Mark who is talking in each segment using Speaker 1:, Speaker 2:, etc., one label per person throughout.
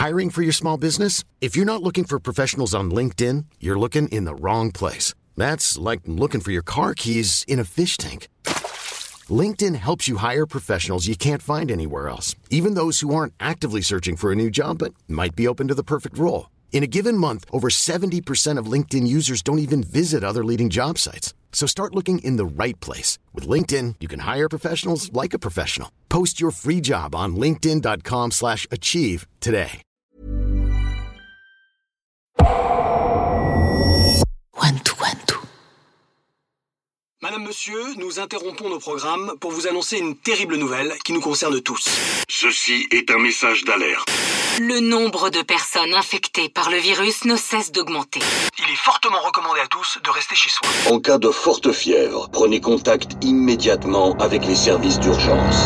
Speaker 1: Hiring for your small business? If you're not looking for professionals on LinkedIn, you're looking in the wrong place. That's like looking for your car keys in a fish tank. LinkedIn helps you hire professionals you can't find anywhere else, even those who aren't actively searching for a new job but might be open to the perfect role. In a given month, over 70% of LinkedIn users don't even visit other leading job sites. So start looking in the right place. With LinkedIn, you can hire professionals like a professional. Post your free job on linkedin.com/achieve today.
Speaker 2: Madame, monsieur, nous interrompons nos programmes pour vous annoncer une terrible nouvelle qui nous concerne tous.
Speaker 3: Ceci est un message d'alerte.
Speaker 4: Le nombre de personnes infectées par le virus ne cesse d'augmenter.
Speaker 2: Il est fortement recommandé à tous de rester chez soi.
Speaker 3: En cas de forte fièvre, prenez contact immédiatement avec les services d'urgence.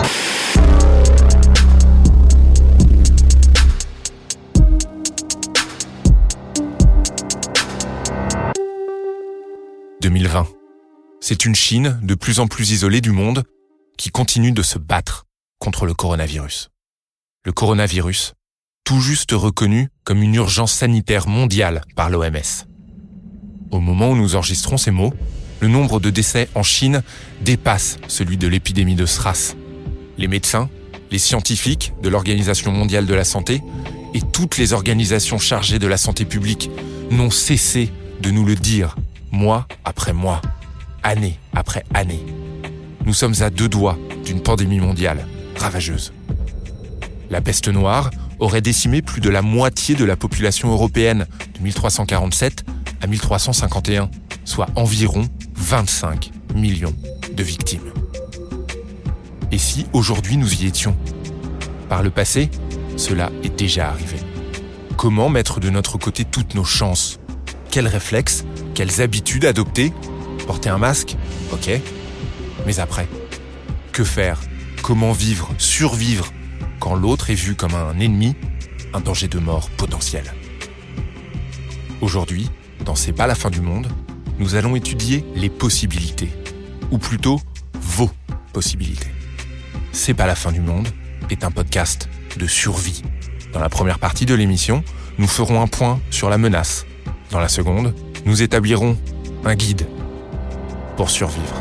Speaker 3: «
Speaker 5: 2020. C'est une Chine de plus en plus isolée du monde qui continue de se battre contre le coronavirus. Le coronavirus, tout juste reconnu comme une urgence sanitaire mondiale par l'OMS. Au moment où nous enregistrons ces mots, le nombre de décès en Chine dépasse celui de l'épidémie de SRAS. Les médecins, les scientifiques de l'Organisation mondiale de la santé et toutes les organisations chargées de la santé publique n'ont cessé de nous le dire, mois après mois, année après année. Nous sommes à 2 doigts d'une pandémie mondiale ravageuse. La peste noire aurait décimé plus de la moitié de la population européenne de 1347 à 1351, soit environ 25 millions de victimes. Et si aujourd'hui nous y étions ? Par le passé, cela est déjà arrivé. Comment mettre de notre côté toutes nos chances ? Quels réflexes ? Quelles habitudes adopter ? Porter un masque ? Ok. Mais après ? Que faire ? Comment vivre, survivre, quand l'autre est vu comme un ennemi, un danger de mort potentiel ? Aujourd'hui, dans C'est pas la fin du monde, nous allons étudier les possibilités, ou plutôt vos possibilités. C'est pas la fin du monde est un podcast de survie. Dans la première partie de l'émission, nous ferons un point sur la menace. Dans la seconde, nous établirons un guide pour survivre.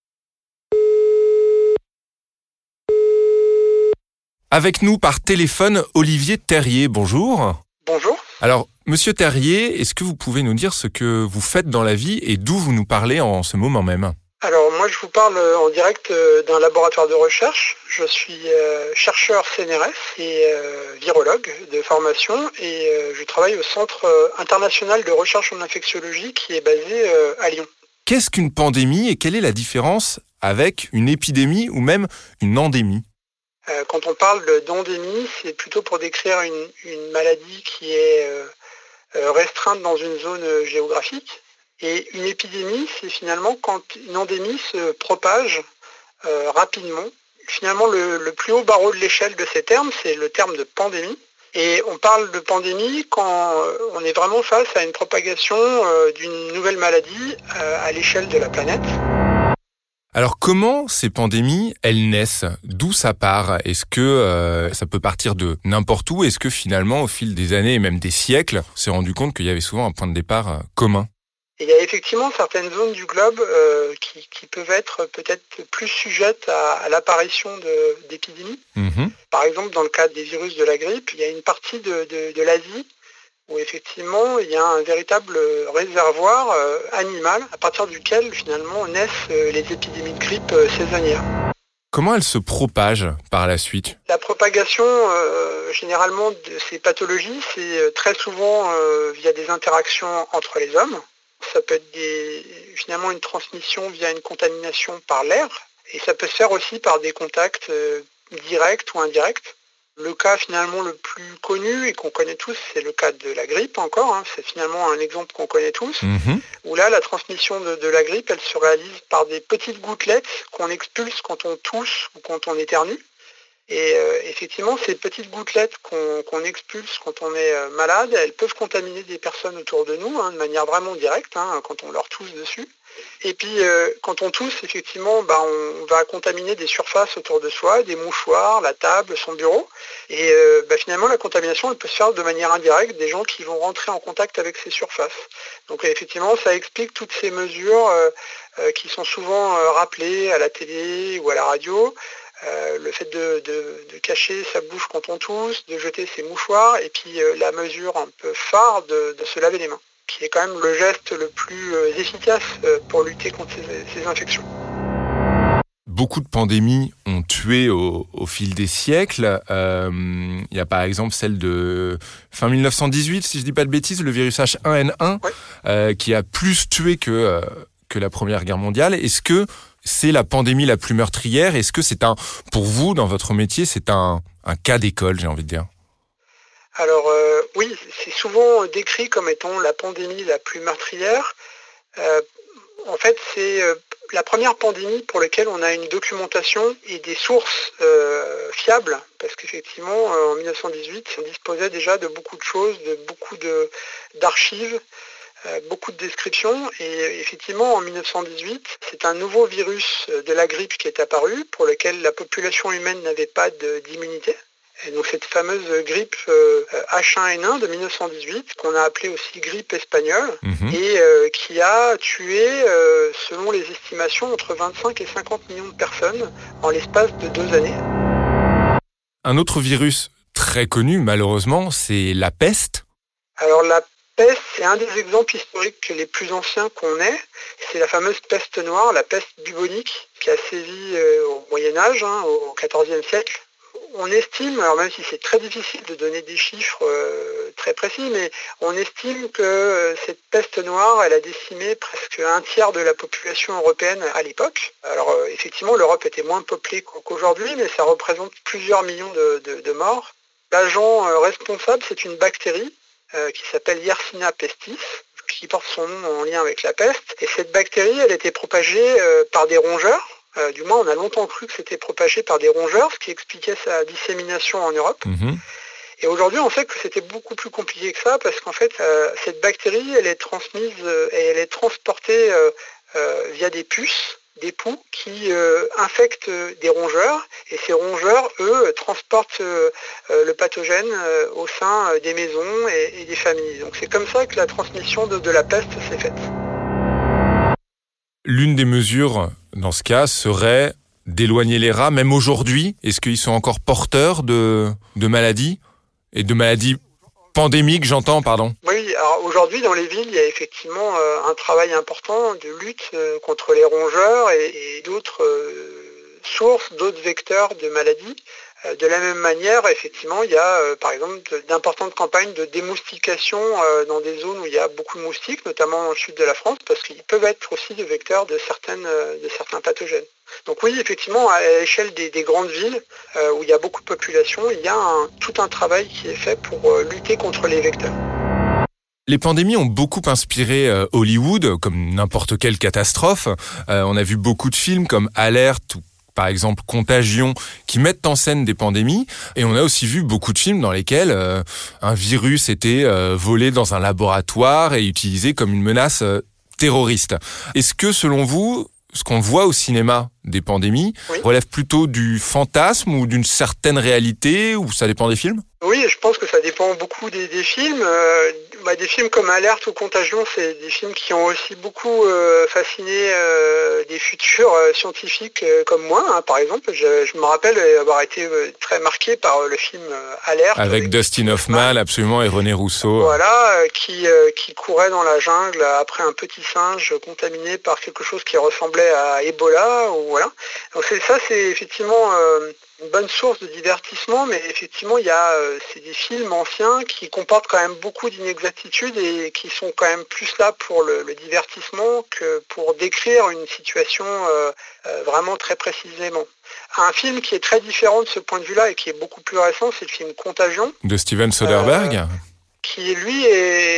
Speaker 5: Avec nous par téléphone, Olivier Terrier. Bonjour.
Speaker 6: Bonjour.
Speaker 5: Alors, Monsieur Terrier, est-ce que vous pouvez nous dire ce que vous faites dans la vie et d'où vous nous parlez en ce moment même ?
Speaker 6: Alors moi je vous parle en direct d'un laboratoire de recherche. Je suis chercheur CNRS et virologue de formation et je travaille au Centre international de recherche en infectiologie qui est basé à Lyon.
Speaker 5: Qu'est-ce qu'une pandémie et quelle est la différence avec une épidémie ou même une endémie ?
Speaker 6: Quand on parle d'endémie, c'est plutôt pour décrire une maladie qui est restreinte dans une zone géographique. Et une épidémie, c'est finalement quand une endémie se propage rapidement. Finalement, le plus haut barreau de l'échelle de ces termes, c'est le terme de pandémie. Et on parle de pandémie quand on est vraiment face à une propagation d'une nouvelle maladie à l'échelle de la planète.
Speaker 5: Alors comment ces pandémies, elles naissent ? D'où ça part ? Est-ce que ça peut partir de n'importe où ? Est-ce que finalement, au fil des années et même des siècles, on s'est rendu compte qu'il y avait souvent un point de départ commun ?
Speaker 6: Il y a effectivement certaines zones du globe qui peuvent être peut-être plus sujettes à l'apparition d'épidémies. Par exemple, dans le cas des virus de la grippe, il y a une partie de l'Asie où effectivement il y a un véritable réservoir animal à partir duquel finalement naissent les épidémies de grippe saisonnières.
Speaker 5: Comment elles se propagent par la suite ?
Speaker 6: La propagation généralement de ces pathologies, c'est très souvent via des interactions entre les hommes. Ça peut être finalement une transmission via une contamination par l'air et ça peut se faire aussi par des contacts directs ou indirects. Le cas finalement le plus connu et qu'on connaît tous, c'est le cas de la grippe encore. C'est finalement un exemple qu'on connaît tous, où là la transmission de la grippe, elle se réalise par des petites gouttelettes qu'on expulse quand on tousse ou quand on éternue. Et effectivement, ces petites gouttelettes qu'on expulse quand on est malade, elles peuvent contaminer des personnes autour de nous de manière vraiment directe, quand on leur tousse dessus. Et puis, quand on tousse, effectivement, on va contaminer des surfaces autour de soi, des mouchoirs, la table, son bureau. Et finalement, la contamination, elle peut se faire de manière indirecte, des gens qui vont rentrer en contact avec ces surfaces. Donc, effectivement, ça explique toutes ces mesures qui sont souvent rappelées à la télé ou à la radio. Le fait de cacher sa bouche quand on tousse, de jeter ses mouchoirs, et puis la mesure un peu phare de se laver les mains, qui est quand même le geste le plus efficace pour lutter contre ces infections.
Speaker 5: Beaucoup de pandémies ont tué au fil des siècles. Il y a par exemple celle de fin 1918, si je dis pas de bêtises, le virus H1N1,
Speaker 6: ouais.
Speaker 5: Qui a plus tué que la Première Guerre mondiale. Est-ce que c'est la pandémie la plus meurtrière? Est-ce que c'est pour vous, dans votre métier, c'est un cas d'école, j'ai envie de dire?
Speaker 6: Alors oui, c'est souvent décrit comme étant la pandémie la plus meurtrière. En fait, c'est la première pandémie pour laquelle on a une documentation et des sources fiables, parce qu'effectivement, en 1918, on disposait déjà de beaucoup de choses, de beaucoup d'archives, beaucoup de descriptions. Et effectivement, en 1918, c'est un nouveau virus de la grippe qui est apparu, pour lequel la population humaine n'avait pas d'immunité. Et donc cette fameuse grippe H1N1 de 1918, qu'on a appelée aussi grippe espagnole, et qui a tué, selon les estimations, entre 25 et 50 millions de personnes en l'espace de 2 années.
Speaker 5: Un autre virus très connu, malheureusement, c'est la peste.
Speaker 6: Alors la peste, c'est un des exemples historiques les plus anciens qu'on ait. C'est la fameuse peste noire, la peste bubonique, qui a sévi au Moyen-Âge, au XIVe siècle. On estime, alors même si c'est très difficile de donner des chiffres très précis, mais on estime que cette peste noire, elle a décimé presque un tiers de la population européenne à l'époque. Alors effectivement, l'Europe était moins peuplée qu'aujourd'hui, mais ça représente plusieurs millions de morts. L'agent responsable, c'est une bactérie qui s'appelle Yersinia pestis, qui porte son nom en lien avec la peste. Et cette bactérie, elle était propagée par des rongeurs. Du moins, on a longtemps cru que c'était propagé par des rongeurs, ce qui expliquait sa dissémination en Europe. Et aujourd'hui, on sait que c'était beaucoup plus compliqué que ça, parce qu'en fait, cette bactérie, elle est transmise et elle est transportée via des puces, des poux, qui infectent des rongeurs. Et ces rongeurs, eux, transportent le pathogène au sein des maisons et des familles. Donc c'est comme ça que la transmission de la peste s'est faite.
Speaker 5: L'une des mesures, dans ce cas, serait d'éloigner les rats, même aujourd'hui. Est-ce qu'ils sont encore porteurs de maladies? Et de maladies pandémiques, j'entends, pardon.
Speaker 6: Oui, alors aujourd'hui, dans les villes, il y a effectivement un travail important de lutte contre les rongeurs et d'autres sources, d'autres vecteurs de maladies. De la même manière, effectivement, il y a par exemple d'importantes campagnes de démoustication dans des zones où il y a beaucoup de moustiques, notamment dans le sud de la France, parce qu'ils peuvent être aussi des vecteurs de certains pathogènes. Donc oui, effectivement, à l'échelle des grandes villes où il y a beaucoup de population, il y a tout un travail qui est fait pour lutter contre les vecteurs.
Speaker 5: Les pandémies ont beaucoup inspiré Hollywood, comme n'importe quelle catastrophe. On a vu beaucoup de films comme Alerte ou par exemple Contagion, qui mettent en scène des pandémies. Et on a aussi vu beaucoup de films dans lesquels un virus était volé dans un laboratoire et utilisé comme une menace terroriste. Est-ce que, selon vous, ce qu'on voit au cinéma des pandémies relève plutôt du fantasme ou d'une certaine réalité, ou ça dépend des films?
Speaker 6: Oui, je pense que ça dépend beaucoup des films. Des films comme Alerte ou Contagion, c'est des films qui ont aussi beaucoup fasciné des futurs scientifiques comme moi, par exemple. Je me rappelle avoir été très marqué par le film Alerte.
Speaker 5: Avec Dustin Hoffman, absolument, et René Rousseau.
Speaker 6: Voilà, qui courait dans la jungle après un petit singe contaminé par quelque chose qui ressemblait à Ebola. Voilà. Donc c'est effectivement une bonne source de divertissement, mais effectivement c'est des films anciens qui comportent quand même beaucoup d'inexactitudes et qui sont quand même plus là pour le divertissement que pour décrire une situation vraiment très précisément. Un film qui est très différent de ce point de vue-là et qui est beaucoup plus récent, c'est le film Contagion.
Speaker 5: De Steven Soderbergh.
Speaker 6: Qui lui est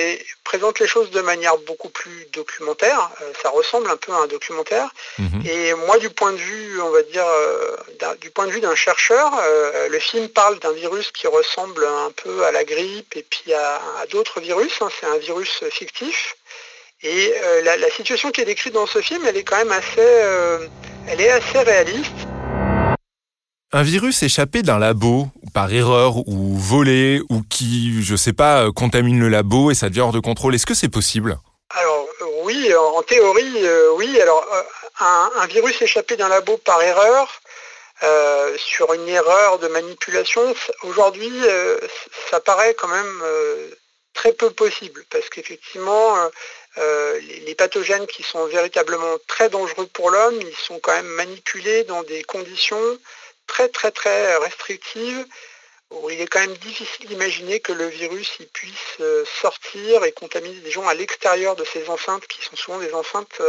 Speaker 6: présente les choses de manière beaucoup plus documentaire. Ça ressemble un peu à un documentaire. Et moi, du point de vue, on va dire, du point de vue d'un chercheur, le film parle d'un virus qui ressemble un peu à la grippe et puis à d'autres virus. C'est un virus fictif. Et la situation qui est décrite dans ce film, elle est quand même assez réaliste.
Speaker 5: Un virus échappé d'un labo, par erreur ou volé, ou qui, je sais pas, contamine le labo et ça devient hors de contrôle, est-ce que c'est possible ?
Speaker 6: Alors oui, en théorie, oui. Alors un virus échappé d'un labo par erreur, sur une erreur de manipulation, aujourd'hui, ça paraît quand même très peu possible, parce qu'effectivement, les pathogènes qui sont véritablement très dangereux pour l'homme, ils sont quand même manipulés dans des conditions très très très restrictive, où il est quand même difficile d'imaginer que le virus il puisse sortir et contaminer des gens à l'extérieur de ces enceintes, qui sont souvent des enceintes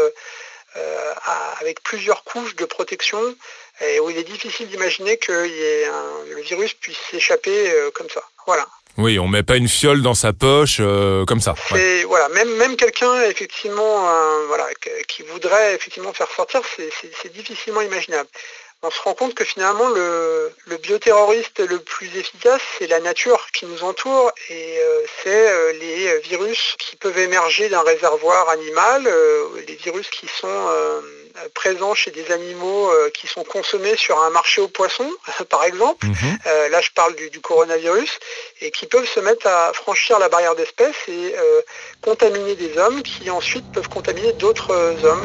Speaker 6: avec plusieurs couches de protection, et où il est difficile d'imaginer que le virus puisse s'échapper comme ça. Voilà.
Speaker 5: Oui, on met pas une fiole dans sa poche comme ça.
Speaker 6: Ouais. Voilà, même quelqu'un effectivement, qui voudrait effectivement faire sortir, c'est difficilement imaginable. On se rend compte que finalement le bioterroriste le plus efficace, c'est la nature qui nous entoure, et c'est les virus qui peuvent émerger d'un réservoir animal, les virus qui sont présents chez des animaux qui sont consommés sur un marché aux poissons, par exemple. Là, je parle du coronavirus, et qui peuvent se mettre à franchir la barrière d'espèce et contaminer des hommes qui ensuite peuvent contaminer d'autres hommes.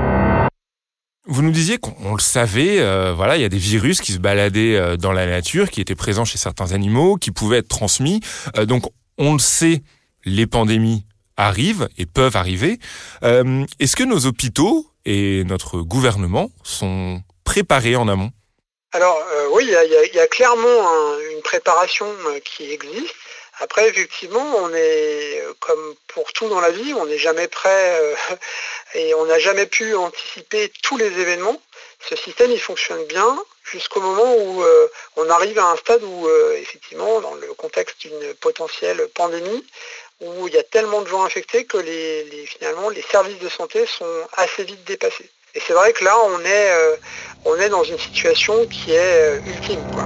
Speaker 5: Vous nous disiez qu'on le savait, il y a des virus qui se baladaient dans la nature, qui étaient présents chez certains animaux, qui pouvaient être transmis. Donc on le sait, les pandémies arrivent et peuvent arriver. Est-ce que nos hôpitaux et notre gouvernement sont préparés en amont ?
Speaker 6: Alors oui, il y a clairement une préparation qui existe. Après, effectivement, on est, comme pour tout dans la vie, on n'est jamais prêt et on n'a jamais pu anticiper tous les événements. Ce système, il fonctionne bien jusqu'au moment où on arrive à un stade où, effectivement, dans le contexte d'une potentielle pandémie, où il y a tellement de gens infectés que finalement, les services de santé sont assez vite dépassés. Et c'est vrai que là, on est dans une situation qui est ultime, quoi.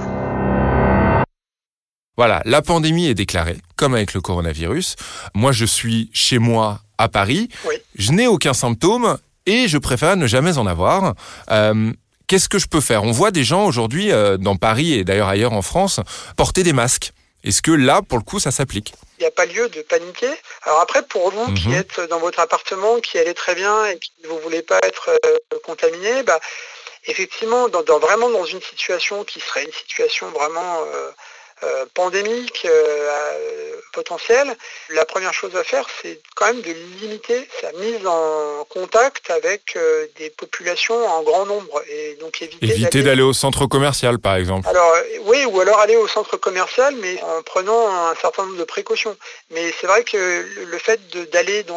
Speaker 5: Voilà, la pandémie est déclarée, comme avec le coronavirus. Moi, je suis chez moi à Paris.
Speaker 6: Oui.
Speaker 5: Je n'ai aucun symptôme et je préfère ne jamais en avoir. Qu'est-ce que je peux faire ? On voit des gens aujourd'hui, dans Paris et d'ailleurs ailleurs en France, porter des masques. Est-ce que là, pour le coup, ça s'applique ?
Speaker 6: Il n'y a pas lieu de paniquer. Alors après, pour vous qui êtes dans votre appartement, qui allez très bien et qui ne vous voulez pas être contaminé, effectivement, vraiment dans une situation qui serait une situation vraiment pandémique potentielle, la première chose à faire, c'est quand même de limiter sa mise en contact avec des populations en grand nombre, et donc éviter
Speaker 5: d'aller au centre commercial, par exemple.
Speaker 6: Alors oui, ou alors aller au centre commercial, mais en prenant un certain nombre de précautions. Mais c'est vrai que le fait d'aller dans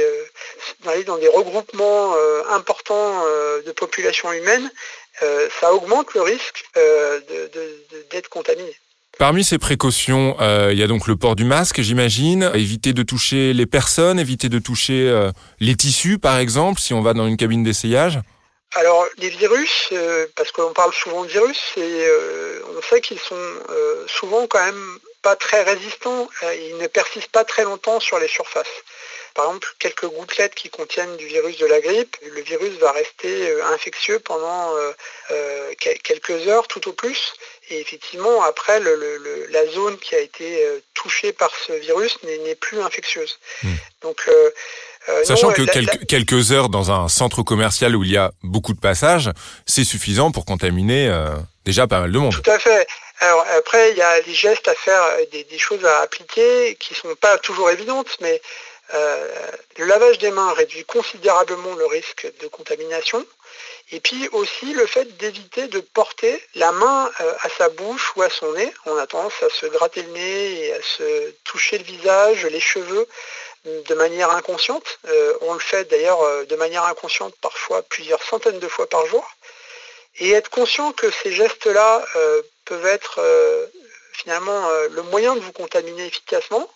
Speaker 6: des regroupements importants de populations humaines, ça augmente le risque d'être contaminé.
Speaker 5: Parmi ces précautions, il y a donc le port du masque, j'imagine, éviter de toucher les personnes, éviter de toucher les tissus, par exemple, si on va dans une cabine d'essayage.
Speaker 6: Alors, les virus, parce qu'on parle souvent de virus, on sait qu'ils sont souvent quand même pas très résistants, ils ne persistent pas très longtemps sur les surfaces. Par exemple, quelques gouttelettes qui contiennent du virus de la grippe, le virus va rester infectieux pendant quelques heures tout au plus. Et effectivement, après, la zone qui a été touchée par ce virus n'est plus infectieuse. Donc,
Speaker 5: sachant que quelques heures dans un centre commercial où il y a beaucoup de passages, c'est suffisant pour contaminer déjà pas mal de monde.
Speaker 6: Tout à fait. Alors après, il y a des gestes à faire, des choses à appliquer qui sont pas toujours évidentes, mais le lavage des mains réduit considérablement le risque de contamination. Et puis aussi le fait d'éviter de porter la main à sa bouche ou à son nez. On a tendance à se gratter le nez et à se toucher le visage, les cheveux de manière inconsciente. On le fait d'ailleurs de manière inconsciente parfois plusieurs centaines de fois par jour. Et être conscient que ces gestes-là peuvent être finalement le moyen de vous contaminer efficacement.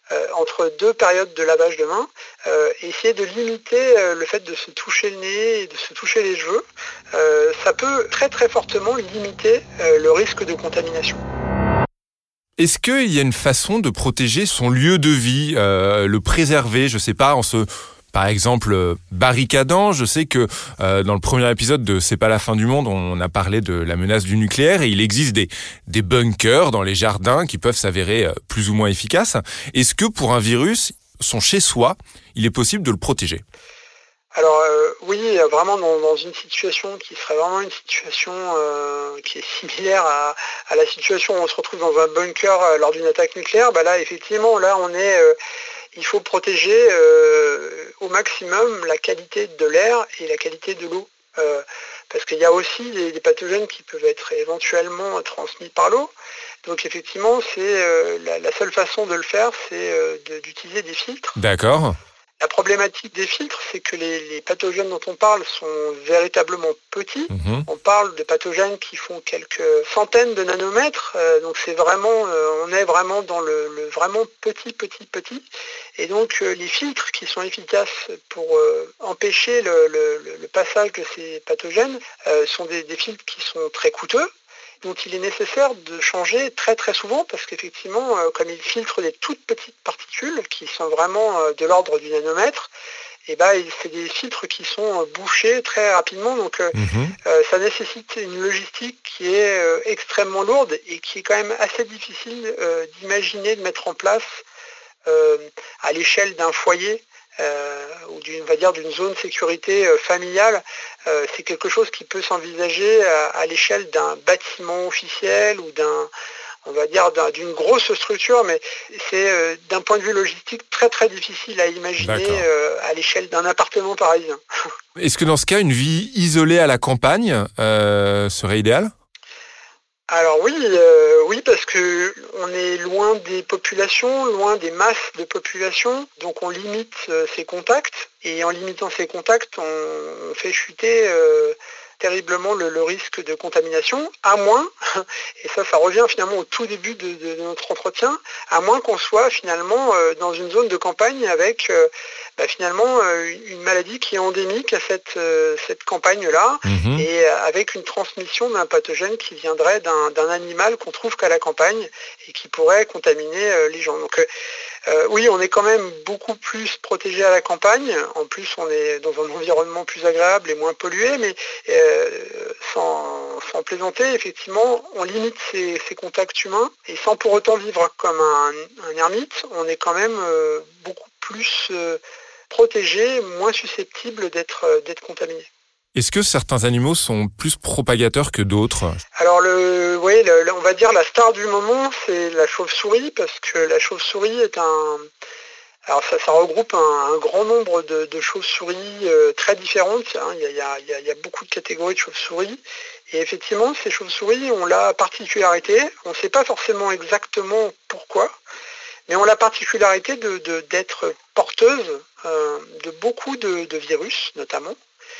Speaker 6: entre deux périodes de lavage de mains, essayer de limiter le fait de se toucher le nez et de se toucher les cheveux. Ça peut très très fortement limiter le risque de contamination.
Speaker 5: Est-ce qu'il y a une façon de protéger son lieu de vie, le préserver, je sais pas, par exemple, barricadant? Je sais que dans le premier épisode de C'est pas la fin du monde, on a parlé de la menace du nucléaire et il existe des bunkers dans les jardins qui peuvent s'avérer plus ou moins efficaces. Est-ce que pour un virus, son chez-soi, il est possible de le protéger?
Speaker 6: Alors oui, vraiment dans une situation qui serait vraiment une situation qui est similaire à la situation où on se retrouve dans un bunker lors d'une attaque nucléaire, là effectivement, là il faut protéger au maximum la qualité de l'air et la qualité de l'eau. Parce qu'il y a aussi des pathogènes qui peuvent être éventuellement transmis par l'eau. Donc effectivement, c'est la seule façon de le faire, c'est d'utiliser des filtres.
Speaker 5: D'accord.
Speaker 6: La problématique des filtres, c'est que les pathogènes dont on parle sont véritablement petits. On parle de pathogènes qui font quelques centaines de nanomètres. Donc c'est vraiment, on est vraiment dans le vraiment petit. Et donc les filtres qui sont efficaces pour empêcher le passage de ces pathogènes sont des filtres qui sont très coûteux. Donc il est nécessaire de changer très très souvent parce qu'effectivement, comme il filtre des toutes petites particules qui sont vraiment de l'ordre du nanomètre, et c'est des filtres qui sont bouchés très rapidement. Donc ça nécessite une logistique qui est extrêmement lourde et qui est quand même assez difficile d'imaginer, de mettre en place à l'échelle d'un foyer. Ou d'une zone de sécurité familiale, c'est quelque chose qui peut s'envisager à l'échelle d'un bâtiment officiel ou d'une grosse structure, mais c'est d'un point de vue logistique très très difficile à imaginer à l'échelle d'un appartement parisien.
Speaker 5: Est-ce que dans ce cas, une vie isolée à la campagne serait idéale ?
Speaker 6: Alors oui, parce que on est loin des populations, loin des masses de population, donc on limite ses contacts, et en limitant ses contacts, on fait chuter terriblement le risque de contamination, à moins, et ça revient finalement au tout début de notre entretien, à moins qu'on soit finalement dans une zone de campagne avec finalement une maladie qui est endémique à cette campagne-là, et avec une transmission d'un pathogène qui viendrait d'un animal qu'on trouve qu'à la campagne et qui pourrait contaminer les gens. Donc oui, on est quand même beaucoup plus protégé à la campagne. En plus, on est dans un environnement plus agréable et moins pollué, mais sans plaisanter, effectivement, on limite ces contacts humains et sans pour autant vivre comme un ermite, on est quand même beaucoup plus protégé, moins susceptible d'être contaminé.
Speaker 5: Est-ce que certains animaux sont plus propagateurs que d'autres ?
Speaker 6: Alors on va dire la star du moment, c'est la chauve-souris, parce que la chauve-souris est alors ça regroupe un grand nombre de chauves-souris très différentes. Il y a beaucoup de catégories de chauves-souris. Et effectivement, ces chauves-souris ont la particularité, on ne sait pas forcément exactement pourquoi, mais ont la particularité d'être porteuses de beaucoup de virus, notamment,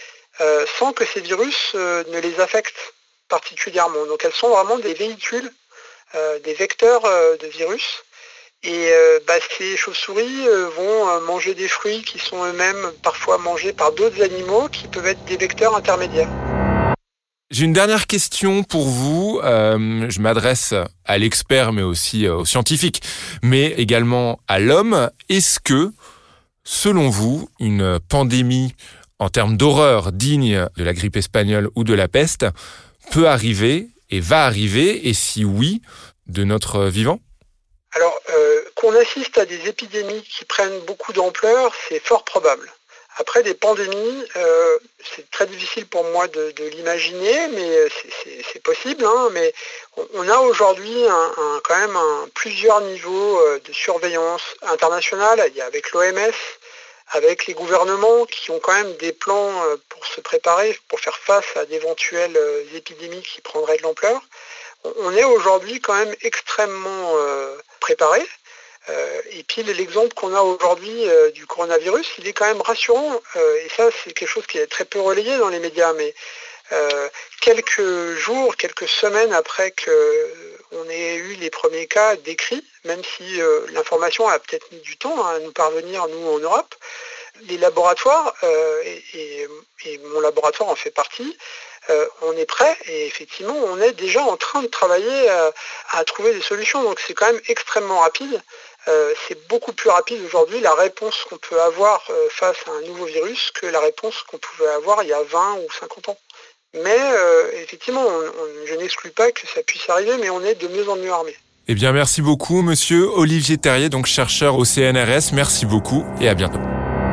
Speaker 6: sans que ces virus ne les affectent particulièrement. Donc elles sont vraiment des véhicules, des vecteurs de virus. Et ces chauves-souris vont manger des fruits qui sont eux-mêmes parfois mangés par d'autres animaux qui peuvent être des vecteurs intermédiaires.
Speaker 5: J'ai une dernière question pour vous. Je m'adresse à l'expert, mais aussi aux scientifiques, mais également à l'homme. Est-ce que, selon vous, une pandémie en termes d'horreur digne de la grippe espagnole ou de la peste peut arriver et va arriver, et si oui, de notre vivant ?
Speaker 6: Alors, qu'on assiste à des épidémies qui prennent beaucoup d'ampleur, c'est fort probable. Après, des pandémies, c'est très difficile pour moi de l'imaginer, mais c'est possible. Mais on a aujourd'hui quand même plusieurs niveaux de surveillance internationale. Il y a avec l'OMS, avec les gouvernements qui ont quand même des plans pour se préparer, pour faire face à d'éventuelles épidémies qui prendraient de l'ampleur. On est aujourd'hui quand même extrêmement préparé. Et puis l'exemple qu'on a aujourd'hui du coronavirus, il est quand même rassurant. Et ça, c'est quelque chose qui est très peu relayé dans les médias. Mais quelques jours, quelques semaines après on ait eu les premiers cas décrits, même si l'information a peut-être mis du temps à nous parvenir, nous, en Europe. Les laboratoires, et mon laboratoire en fait partie, on est prêt et effectivement, on est déjà en train de travailler à trouver des solutions. Donc c'est quand même extrêmement rapide. C'est beaucoup plus rapide aujourd'hui la réponse qu'on peut avoir face à un nouveau virus que la réponse qu'on pouvait avoir il y a 20 ou 50 ans. Mais effectivement, je n'exclus pas que ça puisse arriver, mais on est de mieux en mieux armés.
Speaker 5: Eh bien, merci beaucoup, monsieur Olivier Terrier, donc chercheur au CNRS. Merci beaucoup et à bientôt.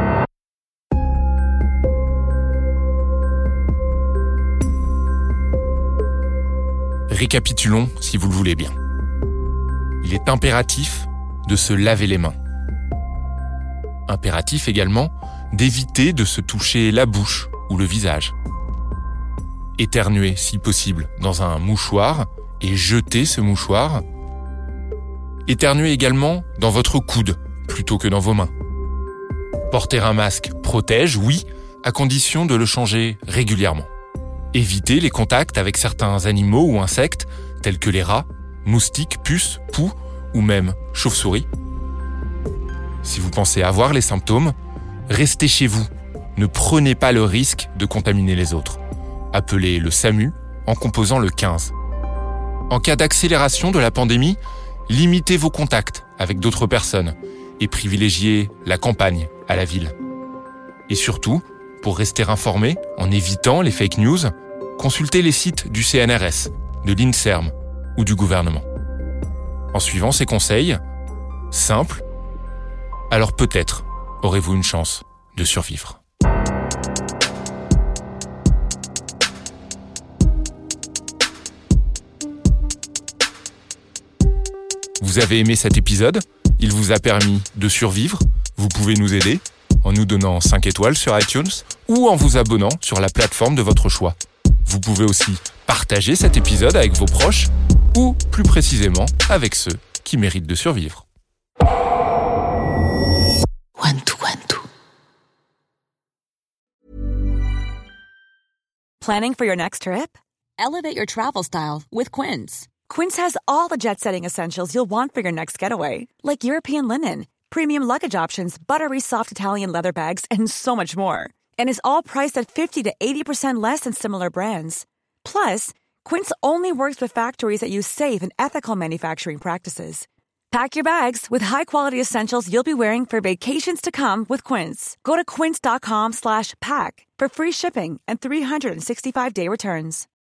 Speaker 5: Récapitulons, si vous le voulez bien. Il est impératif de se laver les mains. Impératif également d'éviter de se toucher la bouche ou le visage. Éternuer, si possible, dans un mouchoir et jeter ce mouchoir. Éternuer également dans votre coude plutôt que dans vos mains. Porter un masque protège, oui, à condition de le changer régulièrement. Éviter les contacts avec certains animaux ou insectes, tels que les rats, moustiques, puces, poux ou même chauves-souris. Si vous pensez avoir les symptômes, restez chez vous. Ne prenez pas le risque de contaminer les autres. Appelez le SAMU en composant le 15. En cas d'accélération de la pandémie, limitez vos contacts avec d'autres personnes et privilégiez la campagne à la ville. Et surtout, pour rester informé en évitant les fake news, consultez les sites du CNRS, de l'INSERM ou du gouvernement. En suivant ces conseils, simples, alors peut-être aurez-vous une chance de survivre. Vous avez aimé cet épisode ? Il vous a permis de survivre ? Vous pouvez nous aider en nous donnant 5 étoiles sur iTunes ou en vous abonnant sur la plateforme de votre choix. Vous pouvez aussi partager cet épisode avec vos proches ou, plus précisément, avec ceux qui méritent de survivre.
Speaker 7: One, two, one, two.
Speaker 8: Planning for your next trip?
Speaker 7: Elevate your travel style with Quince.
Speaker 8: Quince has all the jet-setting essentials you'll want for your next getaway, like European linen, premium luggage options, buttery soft Italian leather bags, and so much more. And is all priced at 50 to 80% less than similar brands. Plus, Quince only works with factories that use safe and ethical manufacturing practices. Pack your bags with high-quality essentials you'll be wearing for vacations to come with Quince. Go to quince.com/pack for free shipping and 365-day returns.